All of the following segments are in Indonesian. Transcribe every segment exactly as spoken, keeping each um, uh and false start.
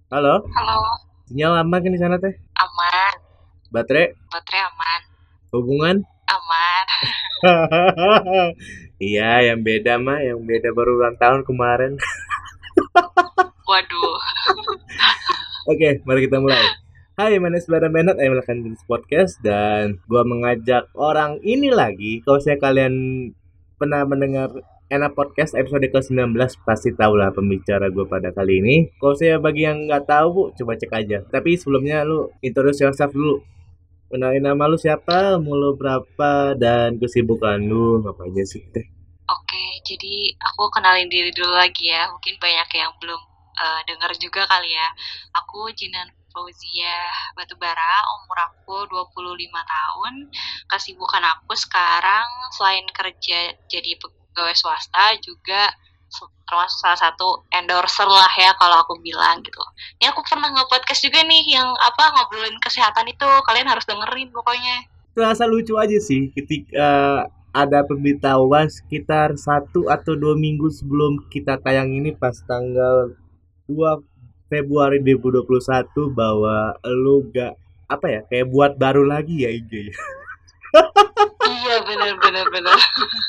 Halo, Halo, sinyal aman kan di sana teh? aman. Baterai, Baterai aman. hubungan? Aman. Iya, yang beda mah, yang beda baru ulang tahun kemarin. Waduh. Oke, mari kita mulai. Hai, my name is Badan Bennett, I'm welcome to this podcast dan gua mengajak orang ini lagi. Kalau saya kalian pernah mendengar Enak Podcast episode ke sembilan belas pasti tahu lah pembicara gue pada kali ini. Kalau saya bagi yang nggak tahu, Bu, coba cek aja. Tapi sebelumnya lu introduce yourself dulu. Kenalin nama lu siapa, umur lu berapa, dan kesibukan lu apa aja sih teh? Oke, jadi aku kenalin diri dulu lagi ya. Mungkin banyak yang belum eh, dengar juga kali ya. Aku Jinan Fauziah Batubara, umur aku dua puluh lima tahun. Kesibukan aku sekarang selain kerja jadi pegawai swasta juga se- termasuk salah satu endorser lah ya kalau aku bilang gitu. Ini aku pernah nge-podcast juga nih yang apa ngobrolin kesehatan itu. Kalian harus dengerin pokoknya. Terasa lucu aja sih ketika ada pemberitahuan sekitar satu atau dua minggu sebelum kita tayang ini pas tanggal dua Februari dua ribu dua puluh satu bahwa lu gak apa ya kayak buat baru lagi ya I G. Iya bener bener bener.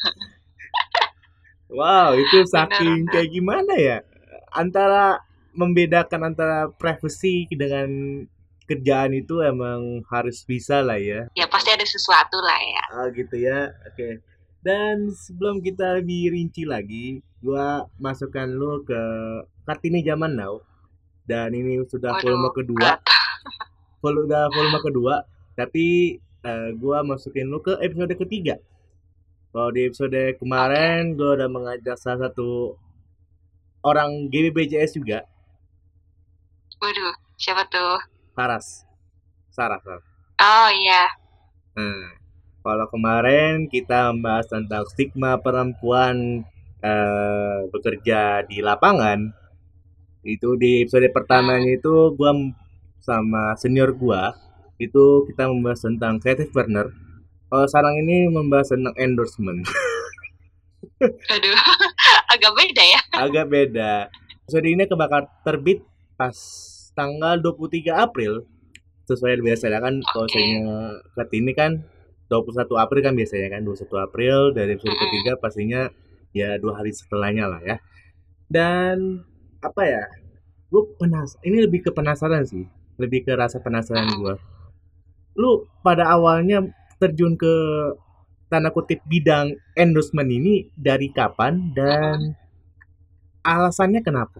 Wow, itu Bener saking bener. kayak gimana ya? Antara membedakan antara privacy dengan kerjaan itu emang harus bisa lah ya. Ya pasti ada sesuatu lah ya. Ah gitu ya. Oke. Dan sebelum kita lebih rinci lagi, gua masukkan lu ke Kartini Zaman Now dan ini sudah volume Waduh, kedua. berat. Vol udah volume kedua, tapi eh, gua masukin lu ke episode ketiga. Kalau di episode Oke. kemarin gua udah mengajak salah satu orang G B B J S juga, Waduh, siapa tuh? Saras. Sarah, Sarah. Oh iya. Nah, kalau kemarin kita membahas tentang stigma perempuan eh, bekerja di lapangan, itu di episode Hmm. pertamanya itu gua sama senior gua itu kita membahas tentang creative partner. Kalau sekarang ini membahas tentang endorsement. Aduh, agak beda ya. Agak beda. Episode ini bakal terbit pas tanggal dua puluh tiga April sesuai biasanya kan kalau Oke. misalnya Kartini kan dua puluh satu April kan biasanya kan dua puluh satu April dari episode Mm-mm. ketiga pastinya ya dua hari setelahnya lah ya. Dan apa ya? Gue penas ini lebih ke penasaran sih, lebih ke rasa penasaran Mm-mm. gue. Lu pada awalnya terjun ke tanda kutip bidang endorsement ini dari kapan dan Mm-mm. alasannya kenapa?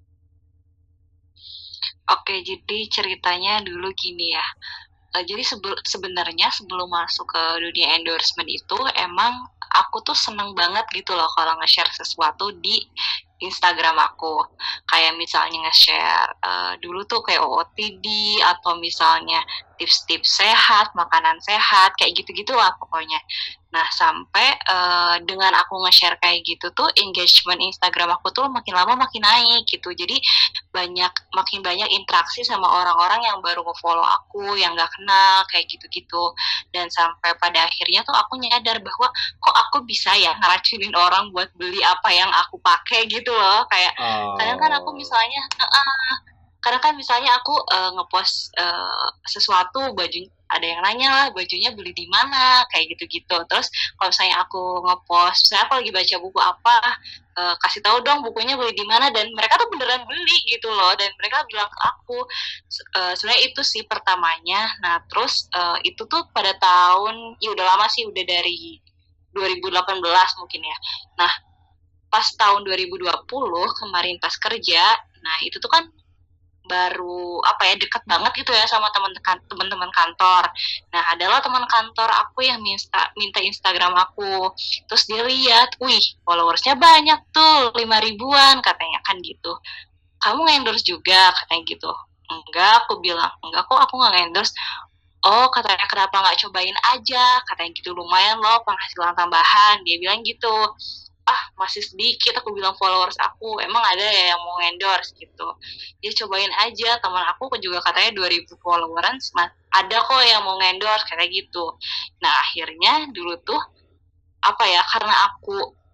Oke, jadi ceritanya dulu gini ya. Eh, jadi sebe- sebenarnya sebelum masuk ke dunia endorsement itu emang aku tuh seneng banget gitu loh kalau nge-share sesuatu di Instagram aku. Kayak misalnya nge-share eh, dulu tuh kayak O O T D atau misalnya tips-tips sehat, makanan sehat, kayak gitu-gitu lah pokoknya. Nah, sampai eh, dengan aku nge-share kayak gitu tuh engagement Instagram aku tuh makin lama makin naik gitu. Jadi banyak makin banyak interaksi sama orang-orang yang baru nge-follow aku, yang gak kenal, kayak gitu-gitu. Dan sampai pada akhirnya tuh aku nyadar bahwa kok aku bisa ya ngeracunin orang buat beli apa yang aku pakai gitu loh. Kayak kadang kan aku Oh, misalnya, karena kan misalnya aku uh, ngepost uh, sesuatu baju ada yang nanya lah bajunya beli di mana kayak gitu-gitu terus kalau misalnya aku ngepost misalnya aku lagi baca buku apa uh, kasih tahu dong bukunya beli di mana dan mereka tuh beneran beli gitu loh dan mereka bilang ke aku uh, sebenarnya itu sih pertamanya nah terus uh, itu tuh pada tahun ya udah lama sih udah dari dua ribu delapan belas mungkin ya nah pas tahun dua ribu dua puluh kemarin pas kerja nah itu tuh kan baru apa ya deket banget gitu ya sama teman-teman teman-teman kantor. Nah adalah teman kantor aku yang minta minta Instagram aku. Terus dia lihat, wih followersnya banyak tuh lima ribuan katanya kan gitu. Kamu nge-endorse juga katanya gitu. Enggak, aku bilang enggak kok aku nggak nge-endorse. Oh katanya kenapa nggak cobain aja katanya gitu lumayan loh penghasilan tambahan dia bilang gitu ah masih sedikit aku bilang followers aku emang ada ya yang mau endorse gitu dia cobain aja teman aku juga katanya dua ribu followers ada kok yang mau endorse kayak gitu nah akhirnya dulu tuh apa ya karena aku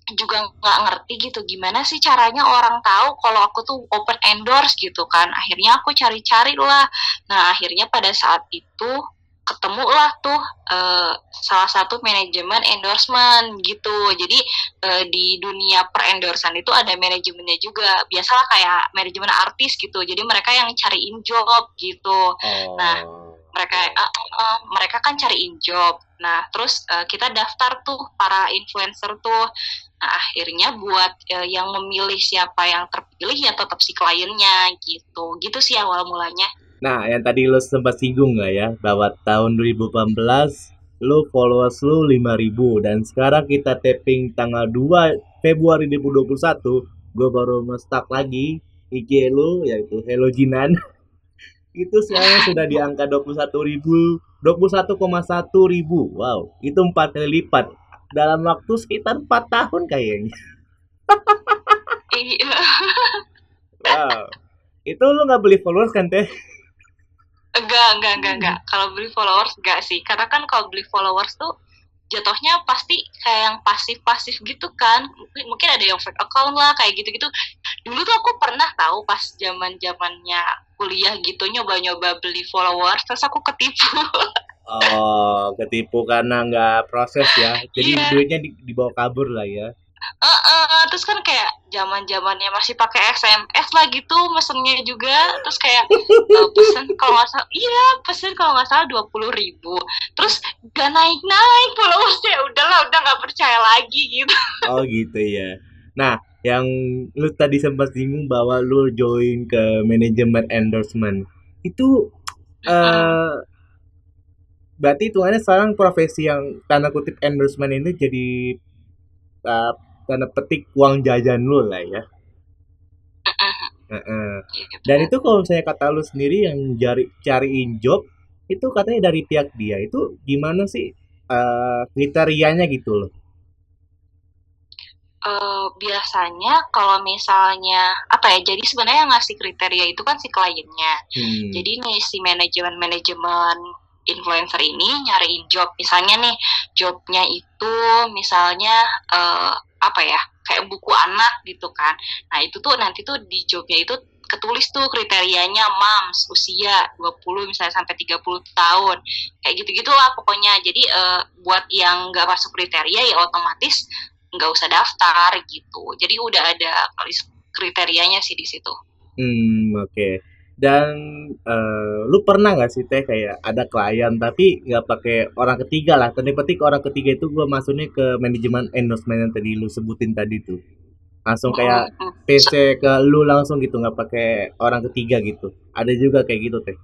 juga nggak ngerti gitu gimana sih caranya orang tahu kalau aku tuh open endorse gitu kan. Akhirnya aku cari-cari lah. Nah akhirnya pada saat itu ketemulah tuh uh, salah satu manajemen endorsement gitu. Jadi uh, di dunia per-endorsan itu ada manajemennya juga. Biasalah kayak manajemen artis gitu. Jadi mereka yang cariin job gitu. Oh. Nah mereka uh, uh, mereka kan cariin job. Nah terus uh, kita daftar tuh para influencer tuh. Nah, akhirnya buat uh, yang memilih siapa yang terpilih ya tetap si kliennya gitu. Gitu sih awal mulanya. Nah, yang tadi lo sempat singgung nggak ya, bahwa tahun dua ribu delapan belas lo followers lo lima ribu dan sekarang kita taping tanggal dua Februari dua ribu dua puluh satu, gue baru nge-stuck lagi I G lo yaitu Hello Jinan. Itu sekarang sudah di angka dua puluh satu ribu, dua puluh satu koma satu ribu. Wow, itu empat kali lipat dalam waktu sekitar empat tahun kayaknya. Iya. Wow. Itu lo nggak beli followers kan, Teh? Enggak, enggak, enggak, enggak. Kalau beli followers enggak sih. Karena kan kalau beli followers tuh jatuhnya pasti kayak yang pasif-pasif gitu kan. Mungkin, mungkin ada yang fake account lah kayak gitu-gitu. Dulu tuh aku pernah tahu pas zaman-zamannya kuliah gitu nyoba-nyoba beli followers terus aku ketipu. Oh, ketipu karena nggak proses ya. Jadi Iya. duitnya di- dibawa kabur lah ya. Uh, uh, terus kan kayak zaman zamannya masih pakai S M S lah gitu mesennya juga terus kayak uh, pesen kalau nggak salah iya pesen kalau nggak salah dua puluh ribu terus gak naik naik followersnya udahlah udah nggak percaya lagi gitu. Oh gitu ya. Nah, yang lu tadi sempat singgung bahwa lu join ke manajemen endorsement. Itu eh berarti hitungannya sekarang profesi yang tanda kutip endorsement ini jadi uh, tanda petik uang jajan lu lah ya. Heeh. Dan itu kalau misalnya kata lu sendiri yang cari cariin job itu katanya dari pihak dia itu gimana sih eh, kriterianya gitu loh. Uh, biasanya kalau misalnya apa ya jadi sebenarnya yang ngasih kriteria itu kan si kliennya. Hmm. Jadi nih si manajemen manajemen influencer ini nyariin job misalnya nih jobnya itu misalnya uh, apa ya kayak buku anak gitu kan. Nah itu tuh nanti tuh di jobnya itu ketulis tuh kriterianya moms usia dua puluh misalnya sampai tiga puluh tahun kayak gitu-gitulah pokoknya. Jadi uh, buat yang nggak masuk kriteria ya otomatis nggak usah daftar gitu. Jadi udah ada kriterianya sih di situ. Hmm, oke. Okay. Dan uh, lu pernah nggak sih Teh kayak ada klien tapi nggak pakai orang ketiga lah. Tadi petik orang ketiga itu gue masuknya ke manajemen endorsement yang tadi lu sebutin tadi tuh. Langsung kayak P C ke lu langsung gitu nggak pakai orang ketiga gitu. Ada juga kayak gitu Teh.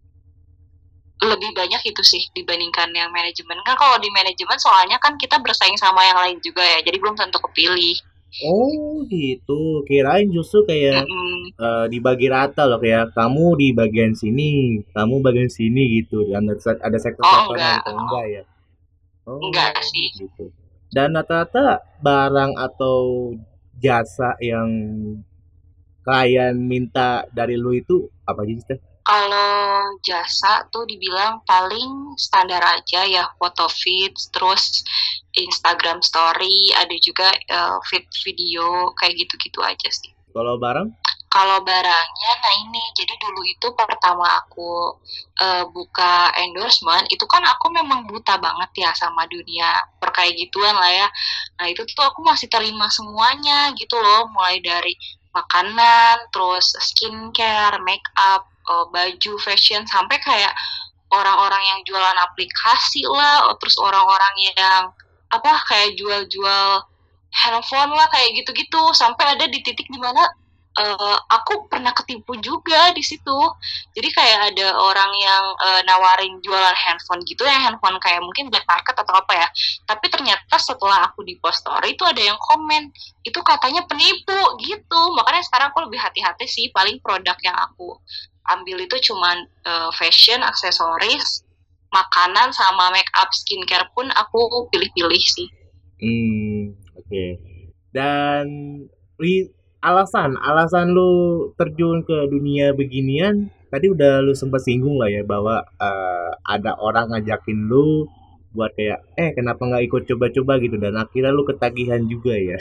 Lebih banyak itu sih dibandingkan yang manajemen. Kan kalau di manajemen soalnya kan kita bersaing sama yang lain juga ya. Jadi belum tentu kepilih. Oh gitu, kirain justru kayak uh, dibagi rata loh kayak kamu di bagian sini, kamu bagian sini gitu. Dan ada, ada sektor-sektor oh, enggak. atau enggak ya? Oh, enggak sih. Gitu. Dan rata-rata barang atau jasa yang klien minta dari lu itu apa aja sih? Kalau jasa tuh dibilang paling standar aja ya, foto feeds, terus Instagram story, ada juga uh, feed video, kayak gitu-gitu aja sih. Kalau barang? Kalau barangnya, nah ini, jadi dulu itu pertama aku uh, buka endorsement, itu kan aku memang buta banget ya sama dunia perkaya gituan lah ya. Nah itu tuh aku masih terima semuanya gitu loh, mulai dari makanan, terus skincare, make up, uh, baju, fashion, sampai kayak orang-orang yang jualan aplikasi lah, terus orang-orang yang apa kayak jual-jual handphone lah kayak gitu-gitu, sampai ada di titik dimana uh, aku pernah ketipu juga di situ. Jadi kayak ada orang yang uh, nawarin jualan handphone gitu, yang handphone kayak mungkin black market atau apa ya. Tapi ternyata setelah aku di post story itu ada yang komen, itu katanya penipu gitu. Makanya sekarang aku lebih hati-hati sih, paling produk yang aku ambil itu cuman uh, fashion, aksesoris, makanan sama make up, skincare pun aku pilih-pilih sih. Hmm, oke. Okay. Dan li, alasan alasan lu terjun ke dunia beginian tadi udah lu sempat singgung lah ya bahwa uh, ada orang ngajakin lu buat kayak eh kenapa nggak ikut coba-coba gitu dan akhirnya lu ketagihan juga ya.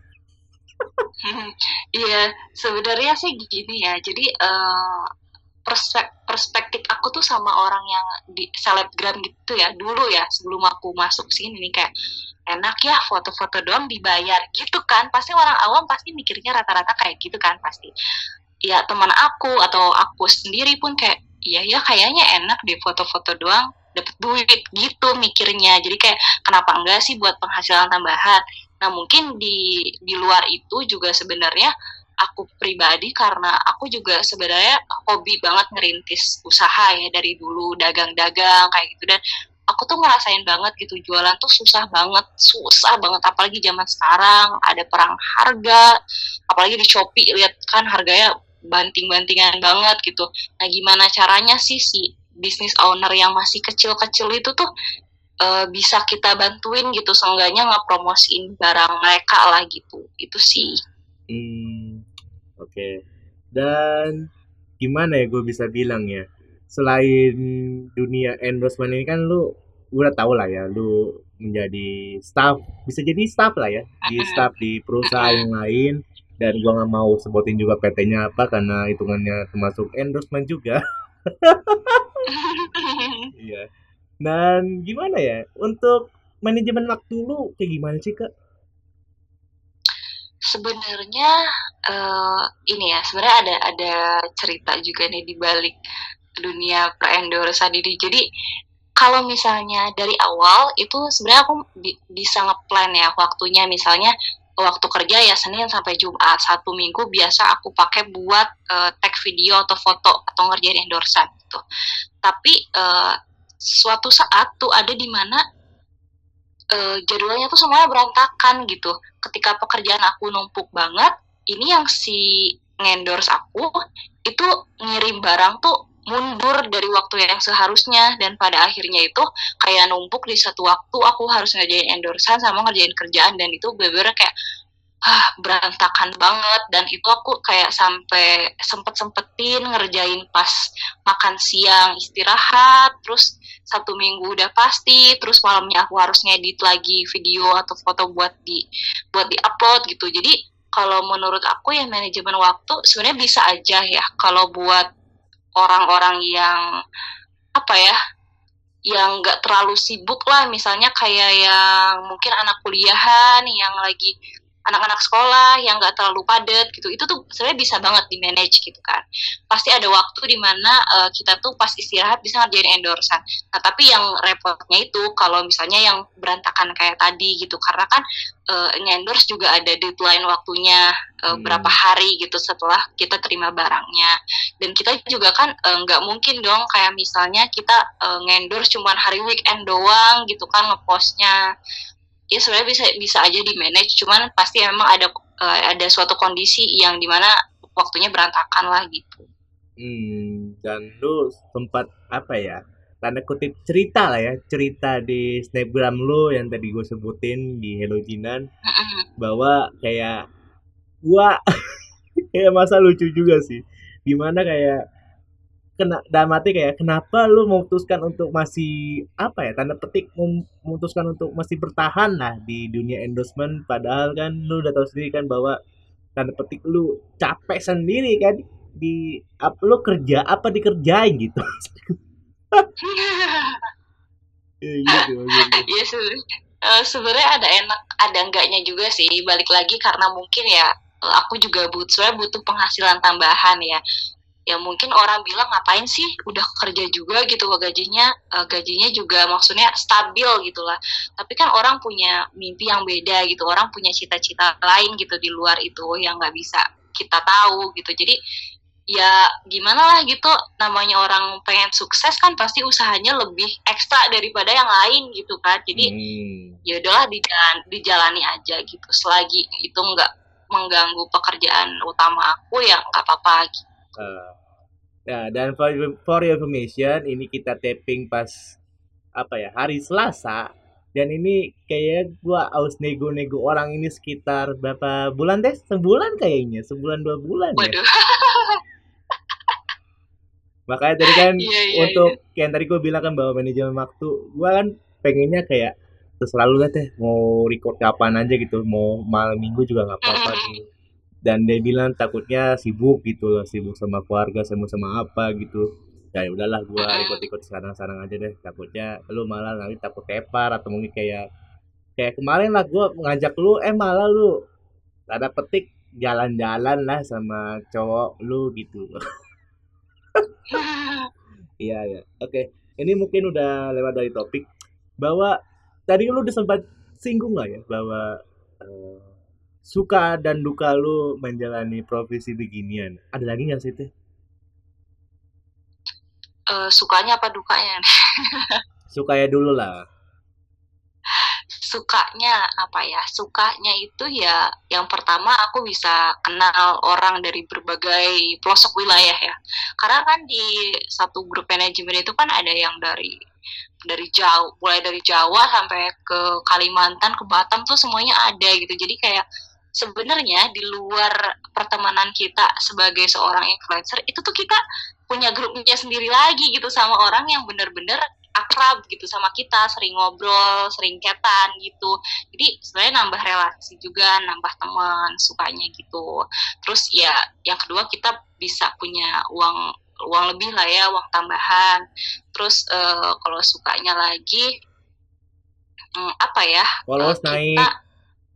Iya, sebenarnya sih gini ya. Jadi eh, perspek- perspektif aku tuh sama orang yang di selebgram gitu ya. Dulu ya, sebelum aku masuk sini nih kayak enak ya foto-foto doang dibayar gitu kan. Pasti orang awam pasti mikirnya rata-rata kayak gitu kan pasti. Ya teman aku atau aku sendiri pun kayak iya ya kayaknya enak deh foto-foto doang dapat duit gitu mikirnya. Jadi kayak kenapa enggak sih buat penghasilan tambahan. Nah mungkin di di luar itu juga sebenarnya aku pribadi karena aku juga sebenarnya hobi banget ngerintis usaha ya dari dulu dagang-dagang kayak gitu dan aku tuh ngerasain banget gitu jualan tuh susah banget susah banget apalagi zaman sekarang ada perang harga apalagi di Shopee lihat kan harganya banting-bantingan banget gitu. Nah gimana caranya sih si bisnis owner yang masih kecil-kecil itu tuh uh, bisa kita bantuin gitu seenggaknya ngepromosiin barang mereka lah gitu itu sih. Hmm, oke. Okay. Dan gimana ya gue bisa bilang ya? Selain dunia endorsement ini kan lu udah tau lah ya, lu menjadi staff, bisa jadi staff lah ya, di staff di perusahaan yang lain. Dan gua nggak mau sebutin juga P T-nya apa karena hitungannya termasuk endorsement juga. Iya. Dan gimana ya? Untuk manajemen waktu lu kayak gimana sih, Kak? Sebenarnya uh, ini ya, sebenarnya ada ada cerita juga nih di balik dunia per-endorsan ini. Jadi kalau misalnya dari awal itu sebenarnya aku bi- bisa ngeplan ya waktunya misalnya waktu kerja ya Senin sampai Jumat satu minggu biasa aku pakai buat uh, tag video atau foto atau ngerjain endorsan gitu. Tapi uh, suatu saat tuh ada di mana uh, jadwalnya tuh semuanya berantakan gitu. Ketika pekerjaan aku numpuk banget, ini yang si ngendorse aku itu ngirim barang tuh mundur dari waktu yang seharusnya dan pada akhirnya itu kayak numpuk di satu waktu aku harus ngerjain endorsan sama ngerjain kerjaan dan itu bener-bener kayak ah berantakan banget dan itu aku kayak sampai sempet-sempetin ngerjain pas makan siang istirahat terus satu minggu udah pasti terus malamnya aku harus ngedit lagi video atau foto buat di buat di upload gitu jadi kalau menurut aku ya manajemen waktu sebenarnya bisa aja ya kalau buat orang-orang yang apa ya yang nggak terlalu sibuk lah misalnya kayak yang mungkin anak kuliahan yang lagi anak-anak sekolah yang nggak terlalu padat gitu itu tuh sebenarnya bisa banget di manage gitu kan pasti ada waktu di mana uh, kita tuh pas istirahat bisa ngerjain endorsan nah tapi yang repotnya itu kalau misalnya yang berantakan kayak tadi gitu karena kan uh, endorse juga ada deadline waktunya uh, Hmm. berapa hari gitu setelah kita terima barangnya dan kita juga kan nggak uh, mungkin dong kayak misalnya kita uh, ngendorse cuman hari weekend doang gitu kan ngepostnya ya sebenarnya bisa bisa aja di manage cuman pasti memang ada uh, ada suatu kondisi yang dimana waktunya berantakan lah gitu. Hmm, dan lu sempat apa ya? Tanda kutip cerita lah ya, cerita di Snapgram lu yang tadi gue sebutin di Hello Jinan bahwa kayak gua kayak masa lucu juga sih. Dimana kayak kena dalam arti kayak kenapa lu memutuskan untuk masih apa ya tanda petik mem- memutuskan untuk masih bertahan lah di dunia endorsement padahal kan lu udah tahu sendiri kan bahwa tanda petik lu capek sendiri kan di apa lu kerja apa dikerjain gitu. Ya, gitu maksudnya. Iya sebenarnya uh, sebenarnya ada enak ada enggaknya juga sih balik lagi karena mungkin ya aku juga butuh sebenarnya butuh penghasilan tambahan ya ya mungkin orang bilang ngapain sih udah kerja juga gitu gajinya uh, gajinya juga maksudnya stabil gitulah tapi kan orang punya mimpi yang beda gitu orang punya cita-cita lain gitu di luar itu yang nggak bisa kita tahu gitu jadi ya gimana lah gitu namanya orang pengen sukses kan pasti usahanya lebih ekstra daripada yang lain gitu kan jadi Hmm. ya udahlah dijalan, dijalani aja gitu selagi itu nggak mengganggu pekerjaan utama aku ya nggak apa-apa gitu. Uh, ya dan for, for your information ini kita taping pas apa ya hari Selasa dan ini kayak gua harus nego-nego orang ini sekitar berapa bulan deh sebulan kayaknya sebulan dua bulan ya. Waduh. Makanya tadi kan Iya, iya, iya. untuk yang tadi gue bilang kan bahwa manajemen waktu, gue kan pengennya kayak terserah lu lah teh mau record kapan aja gitu, mau malam minggu juga nggak apa-apa Mm-mm. tuh. Dan dia bilang takutnya sibuk gitu loh, sibuk sama keluarga, sibuk sama apa gitu. Ya udahlah gua Mm-mm. ikut-ikut sekarang-sekarang aja deh. Takutnya lu malah nanti takut tepar atau mungkin kayak kayak kemarin lah gua ngajak lu eh malah lu ada petik jalan-jalan lah sama cowok lu gitu. Iya ya. Oke, ini mungkin udah lewat dari topik bahwa tadi lu udah sempat singgung lah ya bahwa eh, suka dan duka lu menjalani profesi beginian. Ada lagi nggak sih teh? Eh, sukanya apa dukanya? Suka ya dulu lah. Sukanya apa ya? Sukanya itu ya yang pertama aku bisa kenal orang dari berbagai pelosok wilayah ya. Karena kan di satu grup manajemen itu kan ada yang dari dari jauh, mulai dari Jawa sampai ke Kalimantan, ke Batam tuh semuanya ada gitu. Jadi kayak sebenarnya di luar pertemanan kita sebagai seorang influencer itu tuh kita punya grupnya sendiri lagi gitu sama orang yang bener-bener akrab gitu sama kita, sering ngobrol, sering chatan gitu. Jadi sebenarnya nambah relasi juga, nambah teman, sukanya gitu. Terus ya yang kedua kita bisa punya uang uang lebih lah ya, uang tambahan. Terus eh, kalau sukanya lagi hmm, apa ya? Eh, Followers naik, kita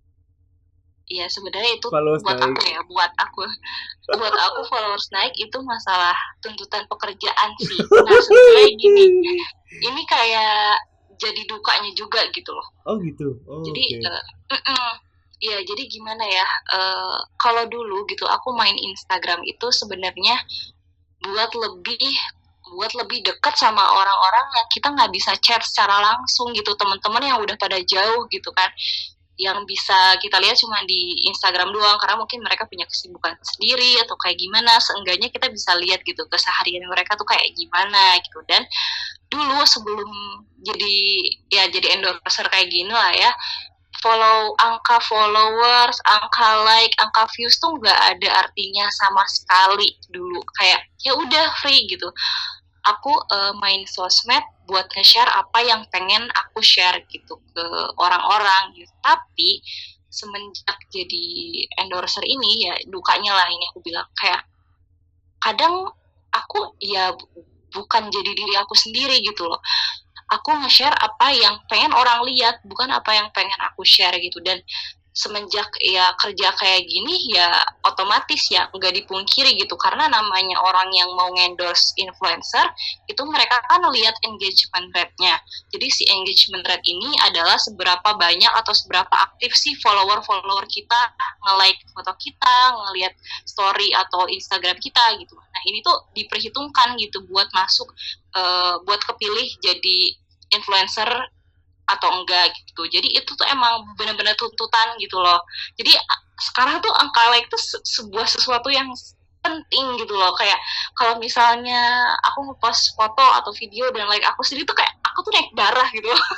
ya sebenarnya itu followers buat naik. aku ya, buat aku buat aku followers naik itu masalah tuntutan pekerjaan sih. Nah sebenarnya gini, ini kayak jadi dukanya juga gitu loh. Oh gitu. Oh, Jadi oke. uh, uh-uh. ya jadi gimana ya? Uh, kalau dulu gitu aku main Instagram itu sebenarnya buat lebih buat lebih dekat sama orang-orang yang kita nggak bisa chat secara langsung gitu, teman-teman yang udah pada jauh gitu kan, yang bisa kita lihat cuma di Instagram doang karena mungkin mereka punya kesibukan sendiri atau kayak gimana, seenggaknya kita bisa lihat gitu keseharian mereka tuh kayak gimana gitu. Dan dulu sebelum jadi ya jadi endorser kayak gini lah ya, follow angka followers, angka like, angka views tuh nggak ada artinya sama sekali dulu. Kayak ya udah free gitu. Aku uh, main sosmed buat nge-share apa yang pengen aku share gitu ke orang-orang gitu. Tapi semenjak jadi endorser ini ya dukanya lah ini aku bilang kayak kadang aku ya bukan jadi diri aku sendiri gitu loh. Aku nge-share apa yang pengen orang lihat, bukan apa yang pengen aku share gitu. Dan semenjak ya kerja kayak gini ya otomatis ya nggak dipungkiri gitu, karena namanya orang yang mau endorse influencer itu mereka kan lihat engagement rate-nya. Jadi si engagement rate ini adalah seberapa banyak atau seberapa aktif sih follower-follower kita nge-like foto kita, ngelihat story atau Instagram kita gitu. Nah ini tuh diperhitungkan gitu buat masuk, uh, buat kepilih jadi influencer atau enggak gitu. Jadi itu tuh emang benar-benar tuntutan gitu loh. Jadi sekarang tuh angka like itu se- sebuah sesuatu yang penting gitu loh. Kayak kalau misalnya aku ngepost foto atau video dan like aku sendiri tuh kayak aku tuh naik darah gitu loh.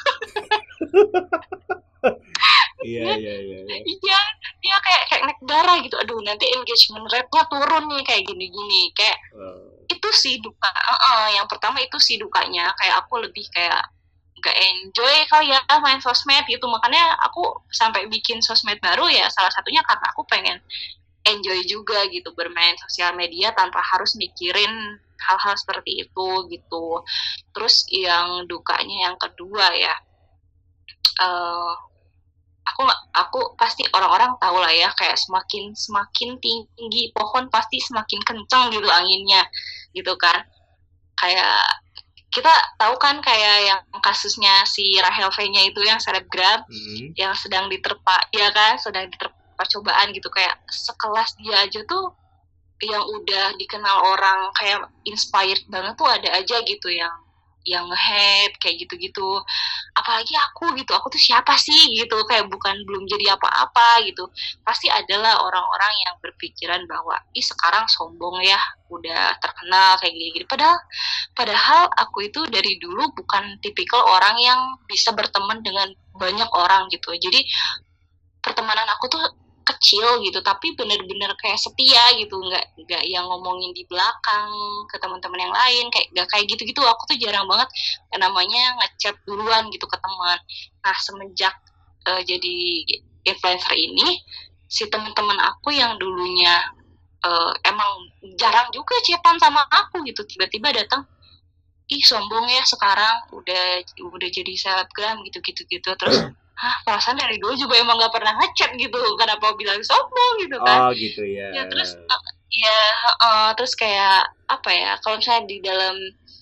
Iya, iya, iya, iya. Iya, iya kayak kayak naik darah gitu. Aduh, nanti engagement rate-nya turun nih kayak gini-gini. Kayak Oh, itu sih duka. Uh-uh, yang pertama itu sih dukanya. Kayak aku lebih kayak gak enjoy kali ya main sosmed gitu, makanya aku sampai bikin sosmed baru ya salah satunya karena aku pengen enjoy juga gitu bermain sosial media tanpa harus mikirin hal-hal seperti itu gitu. Terus yang dukanya yang kedua ya, uh, aku aku pasti orang-orang tahu lah ya kayak semakin semakin tinggi pohon pasti semakin kencang gitu anginnya gitu kan. Kayak kita tahu kan kayak yang kasusnya si Rahel V-nya itu yang selebgram mm. yang sedang diterpa ya kan, sedang diterpa cobaan gitu. Kayak sekelas dia aja tuh yang udah dikenal orang kayak inspired banget tuh ada aja gitu yang yang nge-hate kayak gitu-gitu. Apalagi aku gitu, aku tuh siapa sih gitu, kayak bukan belum jadi apa-apa gitu. Pasti adalah orang-orang yang berpikiran bahwa ih sekarang sombong ya udah terkenal kayak gini-gini. Padahal padahal aku itu dari dulu bukan tipikal orang yang bisa berteman dengan banyak orang gitu. Jadi pertemanan aku tuh kecil gitu, tapi bener-bener kayak setia gitu, nggak nggak yang ngomongin di belakang ke teman-teman yang lain, kayak nggak kayak gitu-gitu. Aku tuh jarang banget yang namanya ngechat duluan gitu ke teman. Nah semenjak uh, jadi influencer ini, si teman-teman aku yang dulunya uh, emang jarang juga chatan sama aku gitu, tiba-tiba datang, ih sombong ya sekarang udah udah jadi selebgram gitu-gitu gitu. Terus hah, perasaan dari dulu juga emang gak pernah ngechat gitu, kenapa bilang sombong gitu kan. Oh gitu ya. Ya terus uh, ya uh, terus kayak apa ya, kalau misalnya di dalam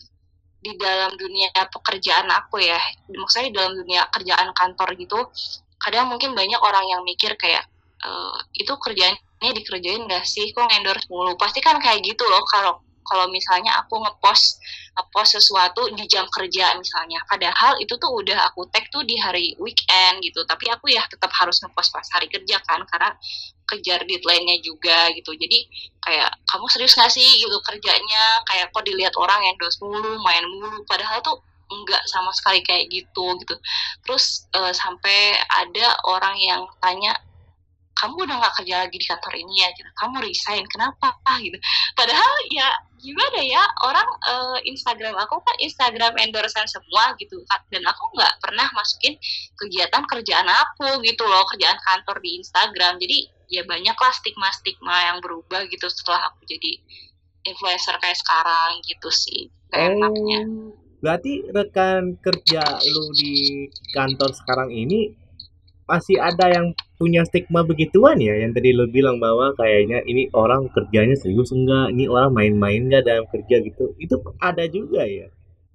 di dalam dunia pekerjaan aku ya, maksudnya di dalam dunia kerjaan kantor gitu, kadang mungkin banyak orang yang mikir kayak uh, itu kerjaannya dikerjain gak sih, kok endorse mulu, pasti kan kayak gitu loh. Kalau kalau misalnya aku ngepost ngepost sesuatu di jam kerja misalnya, padahal itu tuh udah aku tag tuh di hari weekend gitu, tapi aku ya tetap harus ngepost pas hari kerja kan, karena kejar deadline-nya juga gitu. Jadi kayak kamu serius gak sih gitu kerjanya, kayak kok dilihat orang endorse mulu, main mulu, padahal tuh enggak sama sekali kayak gitu gitu. Terus uh, sampai ada orang yang tanya, kamu udah gak kerja lagi di kantor ini ya gitu, kamu resign, kenapa gitu. Padahal ya gimana ya, orang uh, Instagram aku kan Instagram endorsean semua gitu, dan aku nggak pernah masukin kegiatan kerjaan aku gitu loh, kerjaan kantor di Instagram. Jadi ya banyaklah stigma-stigma yang berubah gitu setelah aku jadi influencer kayak sekarang gitu sih, kayak enaknya. Oh, berarti rekan kerja lu di kantor sekarang ini masih ada yang punya stigma begituan ya, yang tadi lo bilang bahwa kayaknya ini orang kerjanya serius enggak, ini orang main-main enggak dalam kerja gitu, itu ada juga ya?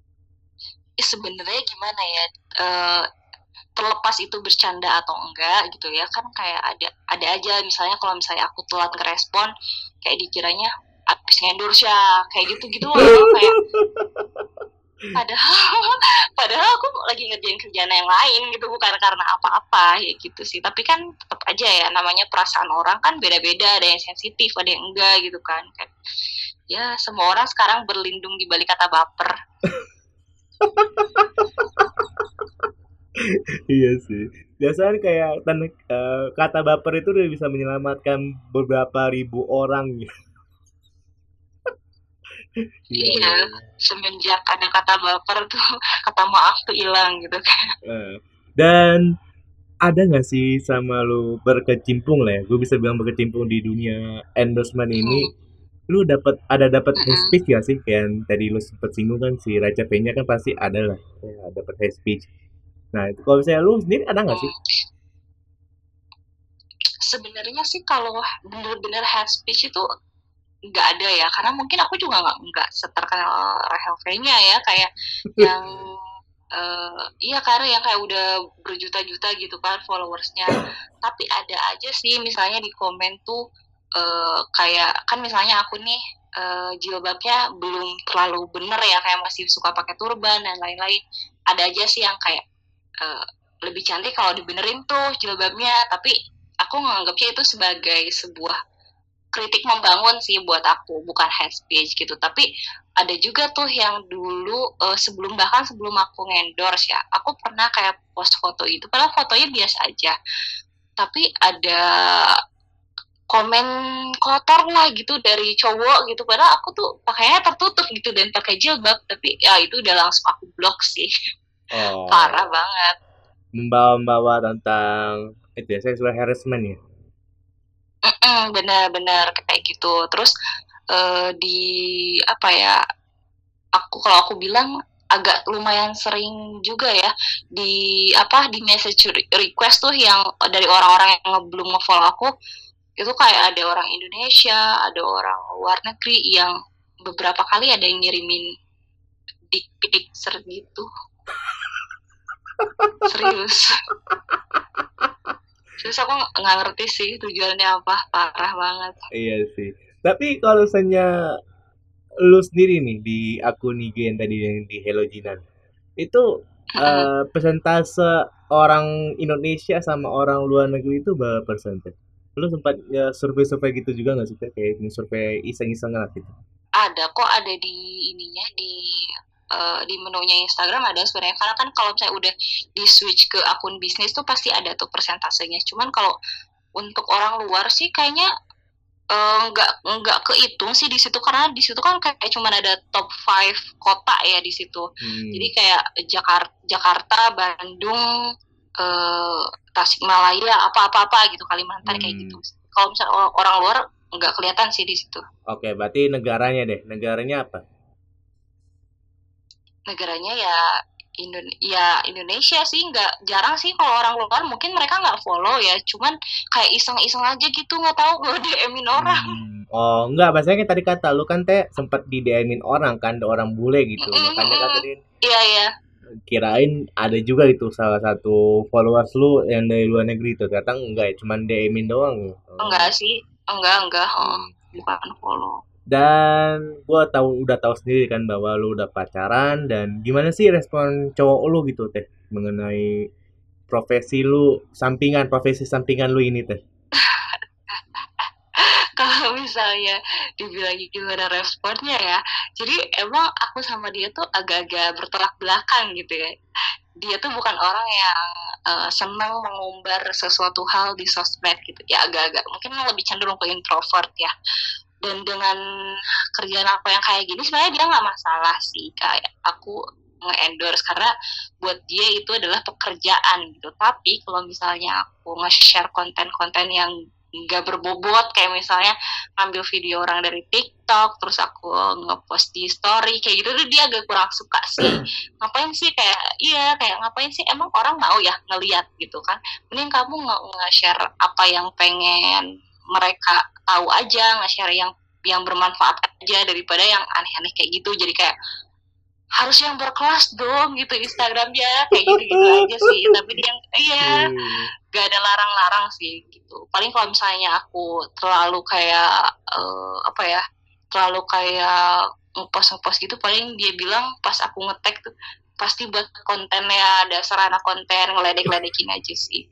Sebenarnya gimana ya, uh, terlepas itu bercanda atau enggak gitu ya kan, kayak ada ada aja misalnya kalau misalnya aku telat ngerespon, kayak dikiranya abis ngendorse ya, kayak gitu-gitu loh. Kayak padahal padahal aku lagi ngerjain kerjaan yang lain gitu, bukan karena apa-apa ya gitu sih. Tapi kan tetap aja ya, namanya perasaan orang kan beda-beda, ada yang sensitif, ada yang enggak gitu kan. Kayak ya semua orang sekarang berlindung di balik kata baper. Iya sih, biasanya kayak tan- uh, kata baper itu udah bisa menyelamatkan beberapa ribu orang gitu. Iya, iya, semenjak ada kata baper tuh, kata maaf tuh hilang gitu kan. Uh, dan ada nggak sih sama lu berkecimpung lah ya, gue bisa bilang berkecimpung di dunia endorsement ini, hmm. Lu dapat ada dapat hate speech gak sih, kayak tadi lu sempet singgung kan si Raja P-nya kan pasti ada lah ya, dapat hate speech. Nah itu kalau misalnya lu sendiri ada nggak sih? Sebenarnya sih kalau bener-bener hate speech itu nggak ada ya, karena mungkin aku juga nggak nggak seterkenal Rahel V-nya ya, kayak yang uh, iya karena yang kayak udah berjuta-juta gitu kan followersnya. Tapi ada aja sih misalnya di komen tuh uh, kayak kan misalnya aku nih uh, jilbabnya belum terlalu bener ya, kayak masih suka pakai turban dan lain-lain. Ada aja sih yang kayak uh, lebih cantik kalau dibenerin tuh jilbabnya, tapi aku nganggapnya itu sebagai sebuah kritik membangun sih buat aku, bukan hate speech gitu. Tapi ada juga tuh yang dulu uh, sebelum bahkan sebelum aku ngendorse ya, aku pernah kayak post foto itu, padahal fotonya biasa aja, tapi ada komen kotor lah gitu dari cowok gitu, padahal aku tuh pakainya tertutup gitu dan pakai jilbab, tapi ya itu udah langsung aku blok sih. Oh. Parah banget. Membawa-bawa tentang itu ya, sexual harassment ya. Mm-mm, benar-benar kayak gitu. Terus uh, di apa ya, aku kalau aku bilang agak lumayan sering juga ya di apa di message request tuh yang dari orang-orang yang belum nge-follow aku, itu kayak ada orang Indonesia, ada orang luar negeri yang beberapa kali ada yang ngirimin dick pic gitu. Serius. Terus aku nggak ngerti sih tujuannya apa, parah banget. Iya sih. Tapi kalau misalnya lu sendiri nih di akun I G yang tadi yang di Hello Jinan, itu hmm. uh, persentase orang Indonesia sama orang luar negeri itu berapa persen? Lu sempat ya survei-survei gitu juga nggak sih, kayak survei iseng-iseng lah gitu? Ada kok, ada di ininya di Uh, di menunya Instagram ada sebenarnya, karena kan kalau saya udah di switch ke akun bisnis tuh pasti ada tuh persentasenya. Cuman kalau untuk orang luar sih kayaknya eh, nggak nggak kehitung sih di situ, karena di situ kan kayak cuma ada top lima kota ya di situ. Hmm. Jadi kayak Jakarta, Jakarta, Bandung, eh, Tasikmalaya, apa-apa-apa gitu, Kalimantan kayak Hmm. gitu. Kalau misalnya or- orang luar nggak kelihatan sih di situ. Oke, berarti negaranya deh. Negaranya apa? Negaranya ya Indon ya Indonesia sih, nggak jarang sih kalau orang luar, mungkin mereka nggak follow ya, cuman kayak iseng-iseng aja gitu, nggak tahu gue D M-in orang. Hmm. Oh, enggak, biasanya tadi kata lu kan teh sempat di D M-in orang kan, ada orang bule gitu. Makanya kan tadi Iya iya. kirain ada juga itu salah satu followers lu yang dari luar negeri itu. Ternyata enggak ya, cuman D M-in doang ya. Oh. Enggak sih, enggak enggak, oh, Hmm. bukan follow. Dan gua tahu udah tahu sendiri kan bahwa lu udah pacaran, dan gimana sih respon cowok lu gitu teh mengenai profesi lu sampingan, profesi sampingan lu ini teh. Kalau misalnya dibilang gimana responnya ya, jadi emang aku sama dia tuh agak-agak bertolak belakang gitu ya. Dia tuh bukan orang yang uh, senang mengumbar sesuatu hal di sosmed gitu ya, agak-agak mungkin lebih cenderung ke introvert ya. Dan dengan kerjaan aku yang kayak gini sebenarnya dia nggak masalah sih, kayak aku nge-endorse karena buat dia itu adalah pekerjaan gitu. Tapi kalau misalnya aku nge-share konten-konten yang nggak berbobot, kayak misalnya ngambil video orang dari TikTok terus aku ngepost di story kayak gitu, tuh dia agak kurang suka sih. Ngapain sih, kayak iya kayak ngapain sih, emang orang mau ya ngeliat gitu kan, mending kamu nge-share apa yang pengen mereka tahu aja, nge-share yang yang bermanfaat aja daripada yang aneh-aneh kayak gitu. Jadi kayak harus yang berkelas dong gitu Instagramnya, kayak gitu-gitu aja sih. Tapi dia iya Hmm. gak ada larang-larang sih gitu. Paling kalau misalnya aku terlalu kayak uh, apa ya, terlalu kayak ngepost-ngepost gitu, paling dia bilang pas aku nge-tag tuh pasti buat kontennya dasar anak konten, ngeledek-ledekin aja sih.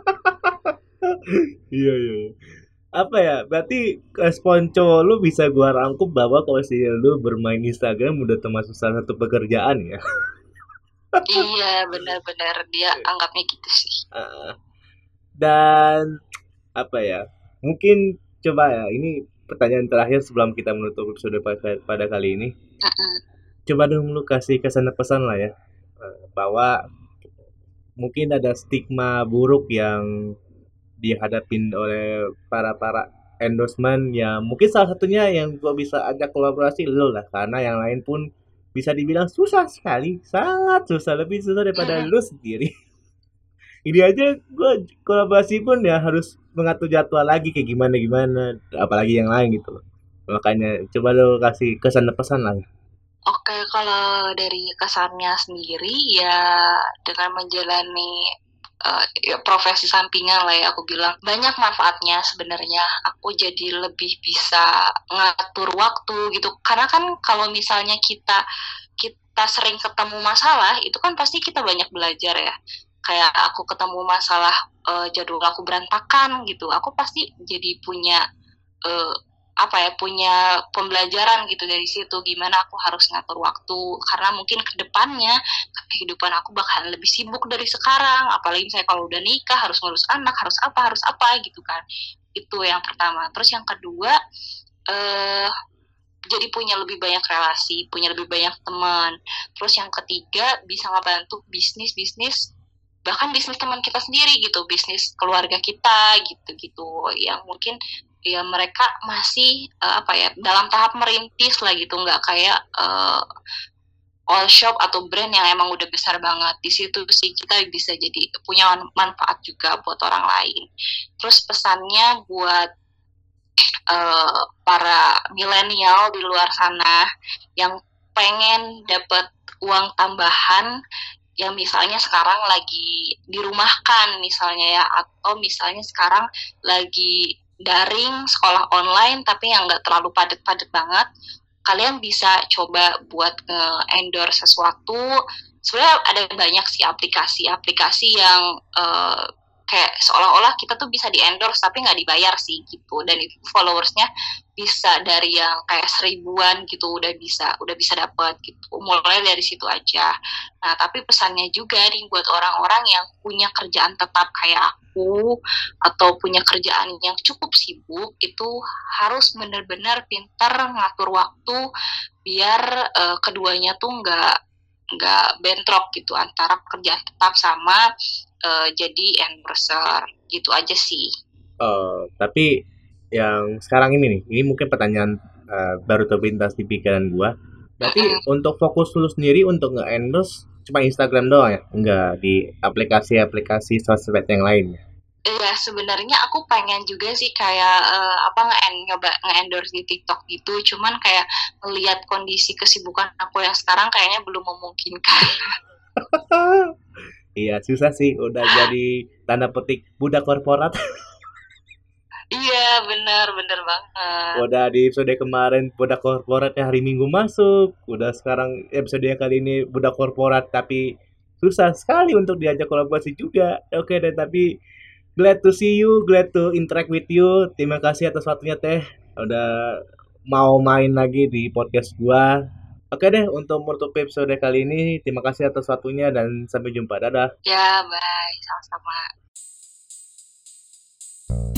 Iya, iya. Apa ya? Berarti respon cowok lu bisa gua rangkum bahwa kalau si lu bermain Instagram udah termasuk salah satu pekerjaan ya. Iya benar-benar dia anggapnya gitu sih. Ah, dan apa ya? Mungkin coba ya, ini pertanyaan terakhir sebelum kita menutup episode pada, pada kali ini. Mm-mm. Coba dong lu kasih kesan pesan lah ya, eh, bahwa mungkin ada stigma buruk yang dihadapin oleh para para endorsement ya, mungkin salah satunya yang gua bisa ajak kolaborasi lo lah, karena yang lain pun bisa dibilang susah sekali, sangat susah, lebih susah daripada Mm-mm. lu sendiri. Ini aja gua kolaborasi pun ya harus mengatur jadwal lagi kayak gimana gimana, apalagi yang lain gitu loh. Makanya coba lo kasih kesan dan pesan lah ya. Oke, kalau dari kesannya sendiri ya, dengan menjalani uh, ya, profesi sampingan lah ya, aku bilang banyak manfaatnya sebenarnya. Aku jadi lebih bisa ngatur waktu gitu. Karena kan kalau misalnya kita kita sering ketemu masalah, itu kan pasti kita banyak belajar ya. Kayak aku ketemu masalah uh, jadwal aku berantakan gitu, aku pasti jadi punya uh, apa ya, punya pembelajaran gitu dari situ, gimana aku harus ngatur waktu, karena mungkin kedepannya kehidupan aku bakalan lebih sibuk dari sekarang, apalagi misalnya kalau udah nikah harus ngurus anak, harus apa harus apa gitu kan. Itu yang pertama. Terus yang kedua, eh, jadi punya lebih banyak relasi, punya lebih banyak teman. Terus yang ketiga, bisa ngebantu bisnis bisnis bahkan bisnis teman kita sendiri gitu, bisnis keluarga kita gitu-gitu, yang mungkin ya mereka masih uh, apa ya, dalam tahap merintis lah gitu, nggak kayak uh, all shop atau brand yang emang udah besar banget. Di situ sih kita bisa jadi punya manfaat juga buat orang lain. Terus pesannya buat uh, para milenial di luar sana yang pengen dapat uang tambahan, yang misalnya sekarang lagi dirumahkan misalnya ya, atau misalnya sekarang lagi daring sekolah online tapi yang nggak terlalu padat-padat banget, kalian bisa coba buat nge-endorse sesuatu. Sebenarnya ada banyak sih aplikasi-aplikasi yang uh, kayak seolah-olah kita tuh bisa di endorse tapi nggak dibayar sih gitu, dan itu followersnya bisa dari yang kayak seribuan gitu udah bisa udah bisa dapat gitu, mulai dari situ aja. Nah tapi pesannya juga nih buat orang-orang yang punya kerjaan tetap kayak aku atau punya kerjaan yang cukup sibuk, itu harus benar-benar pintar ngatur waktu biar uh, keduanya tuh nggak nggak bentrok gitu antara kerjaan tetap sama uh, jadi endorser gitu aja sih. Uh, tapi yang sekarang ini nih, ini mungkin pertanyaan uh, baru terlintas di pikiran gua. Berarti mm-hmm. untuk fokus lu sendiri untuk nge-endorse cuma Instagram doang ya? Enggak di aplikasi-aplikasi sosmed yang lain? Iya, sebenarnya aku pengen juga sih kayak uh, apa nge nyoba nge-endorse di TikTok gitu, cuman kayak melihat kondisi kesibukan aku yang sekarang kayaknya belum memungkinkan. Iya, susah sih udah jadi tanda petik budak korporat. Iya, benar, benar banget. Udah di episode kemarin budak korporatnya hari Minggu masuk, udah sekarang episode kali ini budak korporat tapi susah sekali untuk diajak kolaborasi juga. Oke deh, tapi glad to see you, glad to interact with you. Terima kasih atas waktunya Teh, udah mau main lagi di podcast gua. Oke deh, untuk menutup episode kali ini, terima kasih atas waktunya dan sampai jumpa. Dadah. Ya, bye. Sama-sama.